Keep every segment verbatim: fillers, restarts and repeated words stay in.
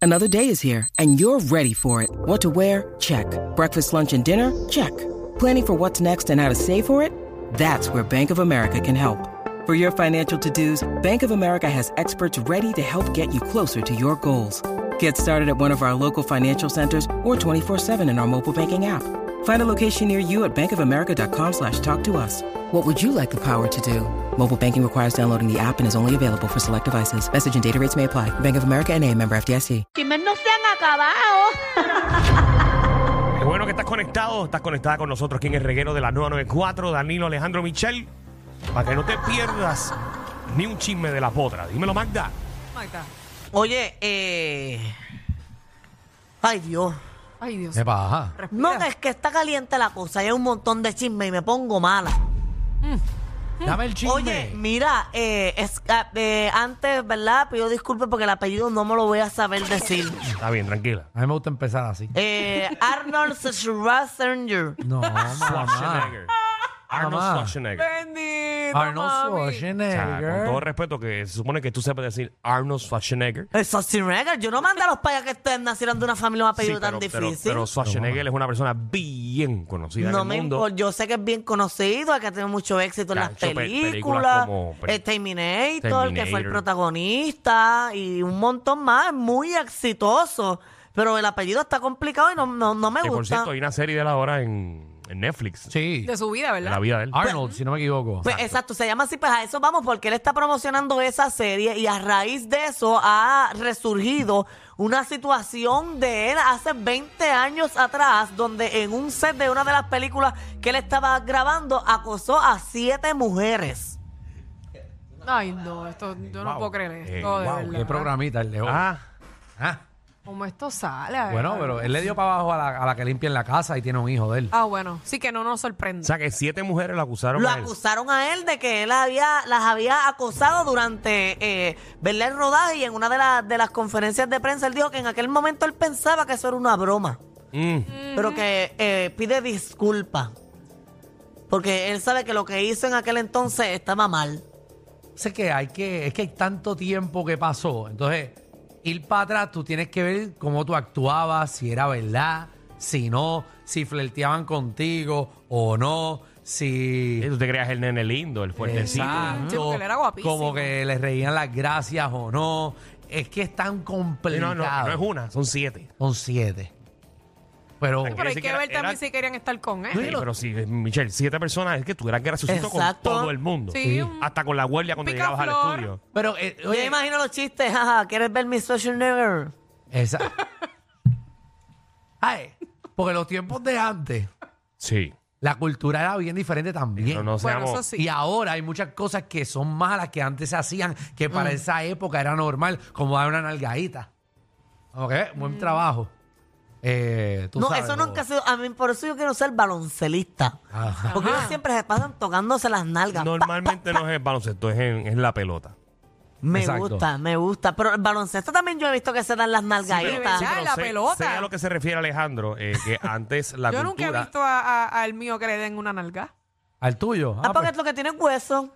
Another day is here, and you're ready for it. What to wear? Check. Breakfast, lunch, and dinner? Check. Planning for what's next and how to save for it? That's where Bank of America can help. For your financial to-dos, Bank of America has experts ready to help get you closer to your goals. Get started at one of our local financial centers or twenty-four seven in our mobile banking app. Find a location near you at bankofamerica.com slash talk to us. What would you like the power to do? Mobile banking requires downloading the app and is only available for select devices. Message and data rates may apply. Bank of America N A, member F D I C. Chismes no se han acabado. Qué bueno que estás conectado. Estás conectada con nosotros aquí en el reguero de la nueva noventa y cuatro. Danilo, Alejandro, Michelle. Para que no te pierdas ni un chisme de la potra. Dímelo, Magda. Magda. Oye, eh... Ay, Dios. Ay, Dios. ¿Qué pasa? Respira. No, es que está caliente la cosa. Y hay un montón de chisme y me pongo mala. Dame el chisme. Oye, mira, eh, es, eh, antes, ¿verdad? Pido disculpas porque el apellido no me lo voy a saber decir. Está bien, tranquila. A mí me gusta empezar así. Eh, Arnold Schwarzenegger. No, mamá. Schwarzenegger. Arnold Mamá. Schwarzenegger. Bendito, Arnold mami. O sea, con Schwarzenegger. todo respeto, que se supone que tú sepas decir Arnold Schwarzenegger. El Schwarzenegger. Yo no mandé a los payas que ustedes nacieron de una familia un apellido Sí, pero, tan pero- difícil. pero Schwarzenegger es una persona bien conocida No en me el mundo. importa. Yo sé que es bien conocido, que ha tenido mucho éxito en Ha las hecho pe- películas. películas como pe- eh, Terminator, que fue el Terminator. protagonista, y un montón más. Muy exitoso. Pero el apellido está complicado y no, no, no me Que por gusta. cierto, hay una serie de la hora en, en Netflix. Sí. De su vida, De ¿verdad? la vida de él. Arnold, si no me equivoco. Pues, exacto, se llama así, pues a eso vamos, porque él está promocionando esa serie y a raíz de eso ha resurgido una situación de él hace veinte años atrás, donde en un set de una de las películas que él estaba grabando acosó a siete mujeres. Ay, no, esto, yo no Wow. puedo creer Eh, esto, de Wow, verdad. qué programita el de hoy. Ah, Ah. ¿Cómo esto sale? A ver, Bueno, a ver. pero él le dio para abajo a la, a la que limpia en la casa y tiene un hijo de él. Ah, bueno, sí que no nos sorprende. o sea que siete mujeres lo acusaron Lo a él. acusaron a él de que él había las había acosado durante eh, verle el rodaje, y en una de, las de las conferencias de prensa él dijo que en aquel momento él pensaba que eso era una broma, Mm. pero que eh, pide disculpas porque él sabe que lo que hizo en aquel entonces estaba mal. Sé que hay que, es que hay tanto tiempo que pasó. Entonces, ir para atrás, tú tienes que ver cómo tú actuabas, si era verdad, si no, si flirteaban contigo o no, si... Sí, tú te creas el nene lindo, el fuertecito. Sí, Exacto. porque él era guapísimo. Como que le reían las gracias o no. Es que es tan Sí, complicado. no, no, no es una, son siete. Son siete. Pero... Pero hay decir que que era- ver también era- si querían estar con él. Sí, pero sí, Michelle, siete personas, es que tú eras graciosito Exacto. con todo el mundo. Sí, un- Hasta con la guardia cuando llegabas al picaflor. estudio. Pero, eh, Yo oye, imagino los chistes, jaja, ¿quieres ver mi Schwarzenegger? esa... Ay, porque los tiempos de antes, Sí. la cultura era bien diferente también. No, no Bueno, seamos... eso sí. Y ahora hay muchas cosas que son malas que antes se hacían, que para esa época era normal, como dar una nalgadita. Ok, buen trabajo. Eh, tú No, sabes, eso ¿no? nunca ha sido. A mí, por eso yo quiero ser baloncelista. Ajá. Porque ellos siempre se pasan tocándose las nalgas. Normalmente no es el baloncesto, es en, es la pelota. Me Exacto. gusta, me gusta. Pero el baloncesto también yo he visto que se dan las nalgaditas. Sí, pero la sé, pelota. sé a lo que se refiere Alejandro, eh, que antes la Yo cultura... nunca he visto a- a- al mío que le den una nalga. Al tuyo. Ah, Ah, porque pues, es lo que tiene hueso.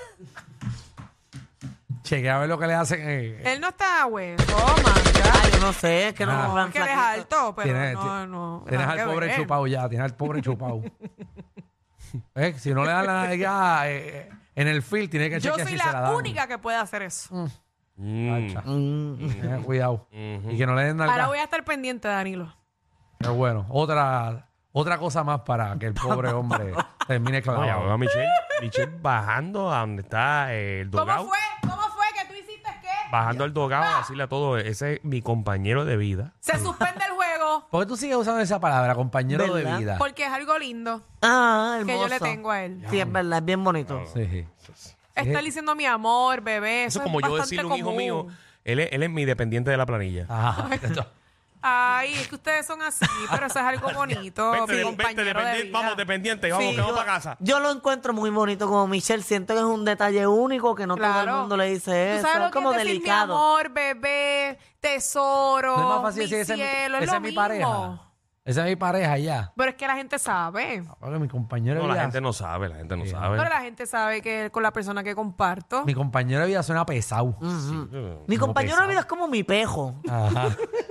chequea a ver lo que le hacen. eh, Él no está bueno, man. Ay, yo no sé, es que no Ah. me vean Porque él es flaquito. alto, pero Tienes- no, no. Tienes nada al que pobre ver. chupado ya, tienes al pobre chupado. Eh, si no le dan la nalga eh, en el field, tiene que Yo chequear soy si se la la dan. única que puede hacer eso. Mm. Tacha. Mm. Tenga cuidado. Y que no le den nalga. Ahora voy a estar pendiente, Danilo. Pero bueno, otra, otra cosa más para que el pobre hombre termine Vaya, veo clavado. a Michelle, Michelle bajando a donde está eh, el ¿Cómo dogao. fue? ¿Cómo fue que tú hiciste qué? Bajando al dogao a decirle a todo, ese es mi compañero de vida. Se suspende el juego ¿Por qué tú sigues usando esa palabra, compañero ¿Verdad? de vida? porque es algo lindo Ah, hermoso. que yo le tengo a él. Sí, es verdad, es bien bonito. Sí. Está diciendo mi amor, bebé. Eso Eso es como yo bastante decirle a un hijo común. mío, él es, él es mi dependiente de la planilla. Ajá. Ay, es que ustedes son así, pero eso es algo bonito. Vente, mi de- compañero vente, de dependi- vida. vamos, dependiente, vamos, Sí, que vamos yo, para casa. yo lo encuentro muy bonito como Michelle. Siento que es un detalle único, que no todo el mundo le dice ¿Tú eso. sabes lo Es como que es decir delicado. mi amor, bebé, tesoro, No es más fácil mi decir, ese es mi- cielo, es ese lo es mi mismo. pareja. Esa es mi pareja ya. Pero es que la gente sabe. Porque mi compañero No, de la vida. gente no sabe, la gente no sabe. Pero la gente sabe que con la persona que comparto. Mi compañero de vida suena pesado. Mi No compañero de pesado. vida es como mi pejo. Ajá.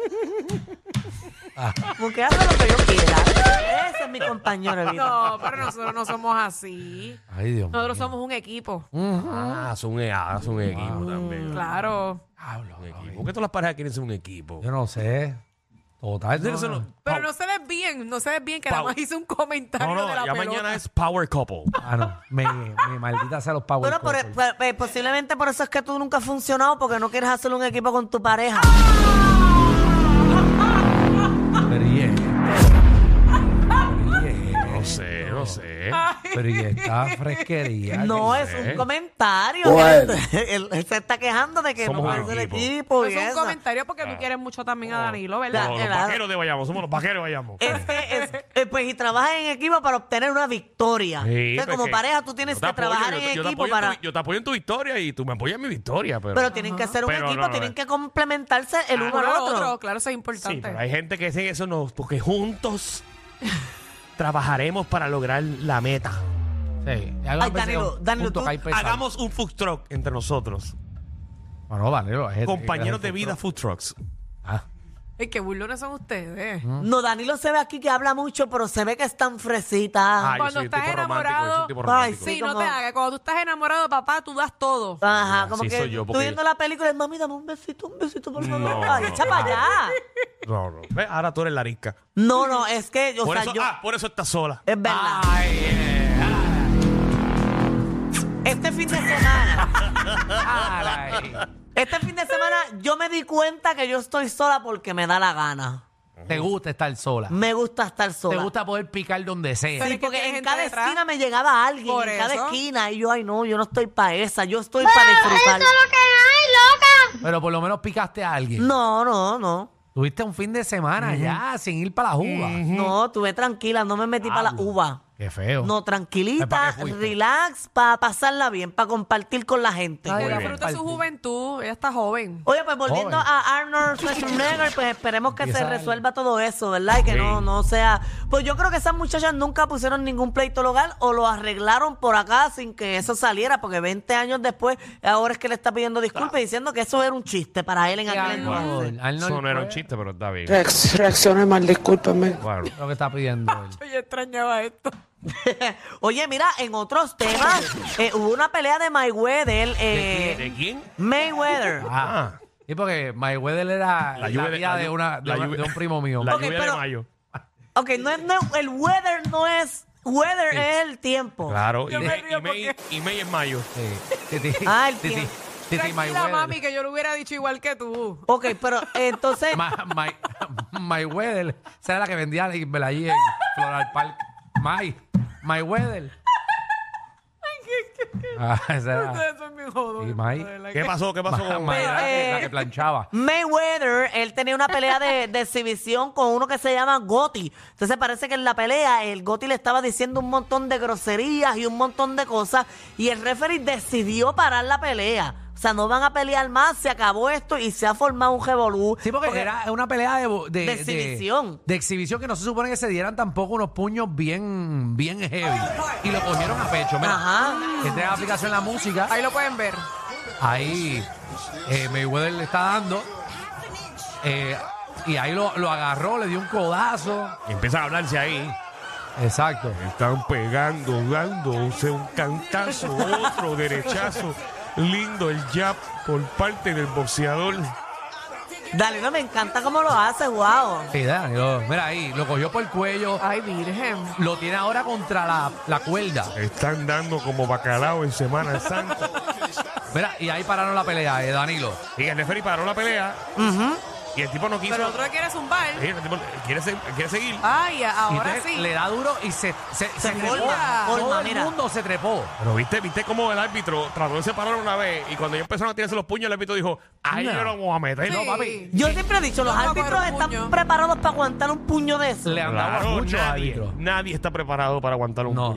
Como que hace lo que yo quiera. Ese es mi compañero de vida. No, pero nosotros no somos así. Ay, Dios mío. Nosotros somos un equipo. Ah, son, e- ah, son un equipo también. Claro. Diablo, Un ay. equipo. ¿Por qué todas las parejas quieren ser un equipo? Yo no sé. Total. Tiene que ser no. un- Pero Pau- no se desvíen, no se desvíen, que Pau- nada más hice un comentario No, no, de la ya pelota. mañana es Power Couple. Ah, no. Me, me maldita sea los power Bueno, por- couple. por- pues, posiblemente por eso es que tú nunca has funcionado, porque no quieres hacer un equipo con tu pareja. Pero y es- Pero y es- No sé, no sé. Pero y esta fresquería. No, ¿qué es sé? un comentario. Él, él- él se está quejando de que Somos no un puede ser equipo. equipo y Es un eso. comentario porque tú quieres mucho también a Danilo, ¿verdad? Somos los Claro. vaqueros de Bayamo, somos los vaqueros de Bayamo. Es que, es, eh, pues, y trabajas en equipo para obtener una victoria. Sí, Entonces, pues como que pareja, tú tienes yo que te apoyo, trabajar yo te- en yo te equipo apoyo en tu- para... yo te apoyo en tu victoria y tú me apoyas en mi victoria, pero... Pero tienen que ser un Pero equipo, no, no, tienen eh. que complementarse el uno al Uno al otro. otro, claro, eso es Sí, importante. pero hay gente que dice eso no, porque juntos trabajaremos para lograr la meta. Sí. Y Ay, algo que Danilo, un Danilo, punto tú- que hay pesado. Hagamos un food truck entre nosotros. Bueno, Danilo. es- Compañeros es- de vida food trucks. Ah. Es que burlones son ustedes. No, Danilo se ve aquí que habla mucho, pero se ve que es tan fresita. Ah, yo Cuando soy un estás tipo romántico, yo soy un enamorado- tipo Ay, romántico. Sí, Sí, no como- te hagas. Cuando tú estás enamorado de papá, tú das todo. Ajá, Así como que soy yo, tú porque- viendo la película y mami, dame un besito, un besito, por favor. No, Ay, no, echa no. para allá. No, no. Ve, ahora tú eres la risca. No, no, es que, o Por sea, eso, yo... ah, por eso estás sola. Es verdad. Ay, eh, Este fin de semana, ah, ay. este fin de semana yo me di cuenta que yo estoy sola porque me da la gana. Te gusta estar sola. Me gusta estar sola. Te gusta poder picar donde sea. Pero Sí, es que porque tiene en gente cada detrás. esquina me llegaba alguien, Por en cada eso. esquina, y yo, ay no, yo no estoy para esa, yo estoy para disfrutar. Pero por lo menos picaste a alguien. No, no, no. Tuviste un fin de semana ya sin ir para las uvas. No, tuve tranquila, no me metí para la Diablo. uva. Qué feo. No, ¿Para tranquilita, qué fuiste? relax, para pasarla bien, para compartir con la gente. Ay, Ella bien. disfruta su Compartir. juventud. Ella está joven. Oye, pues volviendo Joven. a Arnold Schwarzenegger, pues esperemos que se Empieza el- resuelva todo eso, ¿verdad? Y que Sí. no, no sea... Pues yo creo que esas muchachas nunca pusieron ningún pleito legal o lo arreglaron por acá sin que eso saliera, porque veinte años después, ahora es que le está pidiendo disculpas diciendo que eso era un chiste para él en Y aquel entonces. Arnold, Arnold Eso no era un fue- chiste, pero está bien. Reacc- Reaccioné mal, discúlpame. Bueno. Lo que está pidiendo él. Yo extrañaba esto. Oye, mira, en otros temas, eh, hubo una pelea de Mayweather. Eh, ¿De quién? Mayweather. Ah. Y porque Mayweather era la, lluvia de- tía la de, llu- una, de, la una- lluvia- de un primo mío. La Ok, lluvia pero- de mayo. Ok, no es, no es- el weather no es... Weather es el tiempo. Claro. Y, Yo me May, río y, May, y May es mayo. Sí. Titi, Ah, el Titi, tiempo. Titi Tranquila, Mayweather. mami, que yo lo hubiera dicho igual que tú. Ok, pero entonces... Ma- May- Mayweather. Esa era la que vendía allí en Floral Park. May. Mayweather. Ah, esa era. Ustedes son bien jodos. Y May- de verdad ¿Qué que- pasó? ¿Qué pasó? Ma- con- May era la que- eh, la que planchaba. Mayweather, él tenía una pelea de, de exhibición con uno que se llama Gotti. Entonces parece que en la pelea el Gotti le estaba diciendo un montón de groserías y un montón de cosas y el referee decidió parar la pelea. O sea, no van a pelear más, se acabó esto y se ha formado un revolú. Sí, porque, era una pelea de, bo- de, de exhibición. De, exhibición que no se supone que se dieran tampoco unos puños bien, bien heavy. Y lo cogieron a pecho. Mira, Ajá. entré en la aplicación la música. Ahí lo pueden ver. Ahí eh, Mayweather le está dando. eh, y ahí lo, lo agarró, le dio un codazo. Y empiezan a hablarse ahí. Exacto. Están pegando, dándose un cantazo, otro derechazo. Lindo el jab por parte del boxeador. Dale, no me encanta cómo lo hace, wow. Sí, Dani, lo- mira ahí, lo cogió por el cuello. Ay, virgen. Lo tiene ahora contra la, la cuerda. Están dando como bacalao en Semana Santa. Mira, y ahí pararon la pelea, eh, Danilo. Y el referee paró la pelea. Y el tipo no quiso. Pero otro quiere zumbar. Sí, el tipo quiere, se- quiere seguir. Ay, Y ahora entonces sí. le da duro y se, se, se, trepó. forma, Todo forma, el mira. mundo se trepó. Pero viste, viste cómo el árbitro trató de separar una vez. Y cuando ellos empezaron a tirarse los puños, el árbitro dijo: ahí No. no lo vamos a meter. Sí. No, papi. Yo siempre he dicho, los Vamos a árbitros coger un están puño. preparados para aguantar un puño de eso. Le han dado Claro, mucho nadie, árbitro. nadie está preparado para aguantar un No. puño de eso.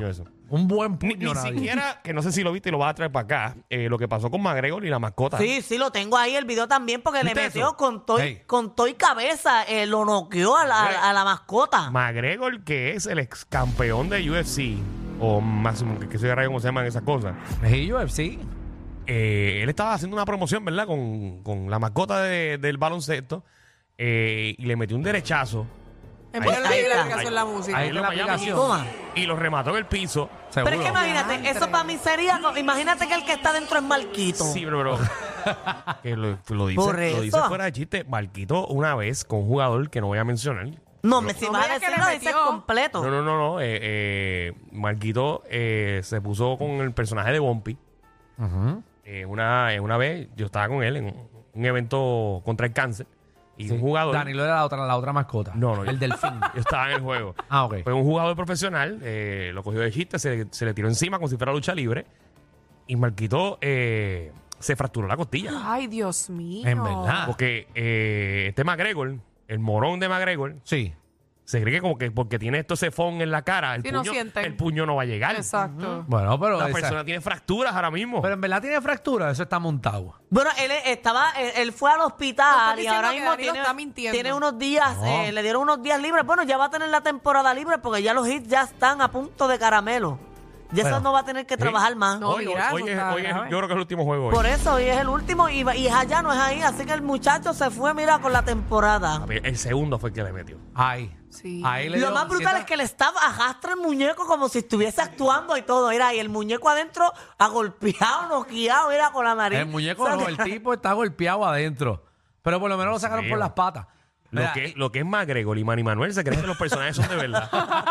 Un buen Ni, puño ni nadie. siquiera, que no sé si lo viste y lo vas a traer para acá, eh, lo que pasó con McGregor y la mascota. Sí, sí, lo tengo ahí el video también porque le ¿Viste metió eso? con toy, Hey. con toy cabeza, eh, lo noqueó a la, a la mascota. McGregor, que es el ex campeón de U F C, o máximo, que, que se cómo se llaman esas cosas. Es U F C. Eh, él estaba haciendo una promoción, ¿verdad? Con, con la mascota de- del baloncesto eh, y le metió un derechazo. Envíale Ahí la está. aplicación la música. Ahí en está la Miami aplicación. Toma. y lo remató en el piso. Seguro. Pero es que imagínate, Diantre. eso para mí sería, co- imagínate que el que está dentro es Marquito. Sí, pero, pero que lo, lo dice, Por lo dice eso. fuera de chiste. Marquito una vez con un jugador que no voy a mencionar. No, me si No vas a me digas que decirlo, le dices metió. completo. No, no, no, no. Eh, eh, Marquito eh, se puso con el personaje de Bumpy. Ujú. Eh, una, eh, una vez yo estaba con él en un, un evento contra el cáncer y un jugador. Danilo era la otra, la otra mascota. No, no, El yo- delfín. Yo estaba en el juego. Ah, ok. Fue un jugador profesional, eh, lo cogió de chiste, se, se le tiró encima como si fuera lucha libre y Marquito eh, se fracturó la costilla. Ay, Dios mío. En verdad. Porque eh, este McGregor, el morón de McGregor, Sí. se cree que como que porque tiene esto cefón en la cara, el, Sí, no puño, sienten. el puño no va a llegar. Exacto. Bueno, pero. La esa- persona tiene fracturas ahora mismo. Pero en verdad tiene fractura, eso está montado. Bueno, él estaba, él, él fue al No, hospital estás y ahora diciendo que mismo Danilo tiene, está mintiendo. tiene unos días, No. eh, le dieron unos días libres. Bueno, ya va a tener la temporada libre porque ya los hits ya están a punto de caramelo. Ya Bueno. eso no va a tener que trabajar más. No, hoy, hoy- mira, hoy eso es- está hoy es- grave. yo creo que es el último juego hoy. Por eso hoy es el último y, y es allá, no es ahí. Así que el muchacho se fue, mira, con la temporada. El segundo fue el que le metió. Ay. Sí. Ahí le Lo dio más brutal siete- es que le estaba arrastra el muñeco como si estuviese actuando y todo. Era y el muñeco adentro agolpeado, noqueado, era con la nariz. El muñeco O sea, no, el tipo está golpeado adentro. Pero por lo menos lo sacaron mío. por las patas. Lo Mira, que, lo que es McGregor y Manny Manuel se creen que los personajes son de verdad.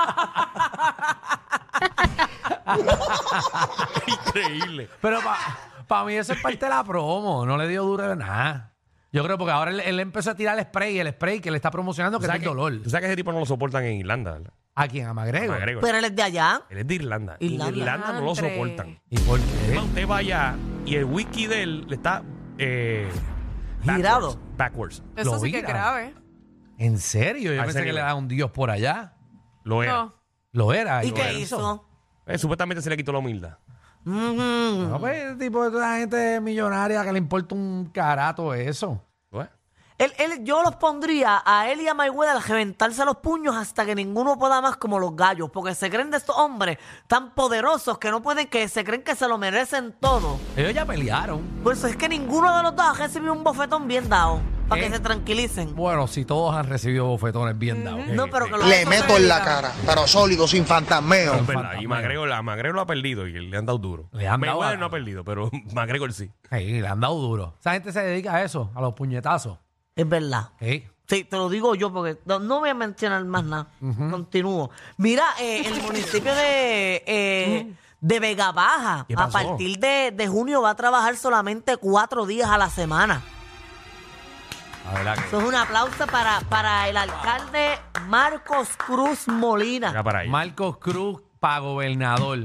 Increíble. Pero para mí eso es parte de la promo. No le dio duro de nada. Yo creo porque ahora él, él empezó a tirar el spray, el spray que le está promocionando que ¿Tú es sabes el que- dolor. Tú sabes que ese tipo no lo soportan en Irlanda, ¿verdad? ¿A quién? ¿A McGregor? McGregor. Pero él es de allá. Él es de Irlanda. En Irlanda. Irlanda no lo Diantre. soportan. ¿Y por Es qué? más, usted va allá y el whisky de él le está eh, Girado. Backwards. Eso Lo sí que es vira. grave. ¿En serio? Yo A pensé ese que le nivel. daba un dios por allá. Lo era. No. Lo era. ¿Y lo qué era. hizo? Eh, supuestamente se le quitó la humildad. Ujú. No, pues, el tipo de toda la gente millonaria que le importa un carato eso. Bueno, Él, él- yo los pondría a él y a Mayweather a reventarse los puños hasta que ninguno pueda más como los gallos, porque se creen de estos hombres tan poderosos que no pueden, que se creen que se lo merecen todo. Ellos ya pelearon. Pues es que ninguno de los dos ha recibido un bofetón bien dado, para ¿Eh? que se tranquilicen. Bueno, si todos han recibido bofetones bien dados. No, pero que lo Le eso meto se en la diga. cara, pero sólido, sin fantasmeo. es verdad. Y fantasma. McGregor, la- McGregor lo ha perdido y le han dado duro. Le han dado Mayweather a- no ha perdido, pero McGregor sí. Sí, le han dado duro. Esa gente se dedica a eso, a los puñetazos. Es verdad. Sí. Sí, te lo digo yo porque no, no voy a mencionar más nada. Continúo. Mira, eh, el municipio de, eh, de Vega Baja, ¿Qué a pasó? partir de, de junio va a trabajar solamente cuatro días a la semana. La verdad que. Eso es un aplauso para, para el alcalde Marcos Cruz Molina. Mira para ahí. Marcos Cruz para gobernador.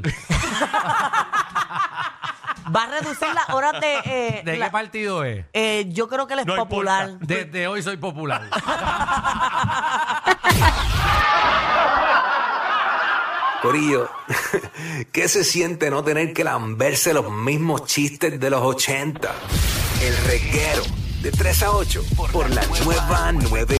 Va a reducir las horas de... eh, ¿De la- qué partido es? eh, yo creo que él es No popular. Desde hoy soy popular. Corillo, ¿qué se siente no tener que lamberse los mismos chistes de los ochenta? El reguero de tres a ocho por la nueva nueve.